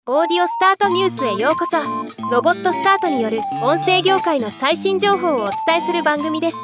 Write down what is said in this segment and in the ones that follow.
オーディオスタートニュースへようこそ。ロボットスタートによる音声業界の最新情報をお伝えする番組です。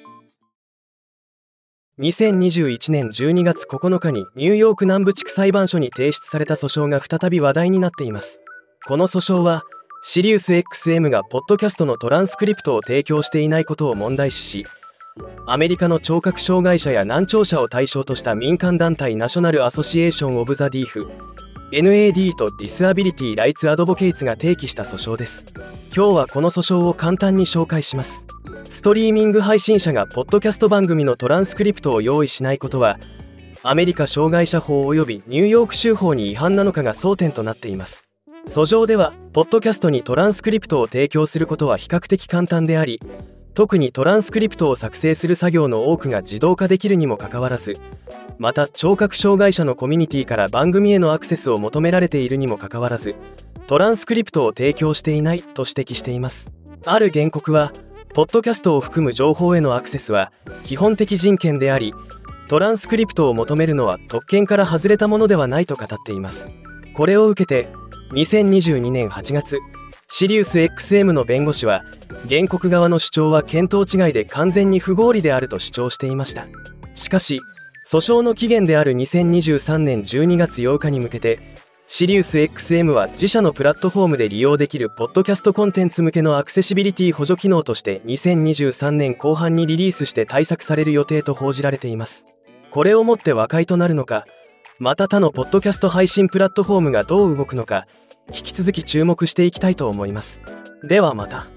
2021年12月9日にニューヨーク南部地区裁判所に提出された訴訟が再び話題になっています。この訴訟はシリウス XM がポッドキャストのトランスクリプトを提供していないことを問題視し、アメリカの聴覚障害者や難聴者を対象とした民間団体ナショナルアソシエーション・オブ・ザ・ディーフ NAD とディスアビリティ・ライツ・アドボケイツが提起した訴訟です。今日はこの訴訟を簡単に紹介します。ストリーミング配信者がポッドキャスト番組のトランスクリプトを用意しないことはアメリカ障害者法及びニューヨーク州法に違反なのかが争点となっています。訴状ではポッドキャストにトランスクリプトを提供することは比較的簡単であり、特にトランスクリプトを作成する作業の多くが自動化できるにもかかわらず、また聴覚障害者のコミュニティから番組へのアクセスを求められているにもかかわらず、トランスクリプトを提供していないと指摘しています。ある原告はポッドキャストを含む情報へのアクセスは基本的人権であり、トランスクリプトを求めるのは特権から外れたものではないと語っています。これを受けて2022年8月、シリウス XM の弁護士は原告側の主張は見当違いで完全に不合理であると主張していました。しかし訴訟の期限である2023年12月8日に向けてシリウス XM は自社のプラットフォームで利用できるポッドキャストコンテンツ向けのアクセシビリティ補助機能として2023年後半にリリースして対策される予定と報じられています。これをもって和解となるのか、また他のポッドキャスト配信プラットフォームがどう動くのか、引き続き注目していきたいと思います。ではまた。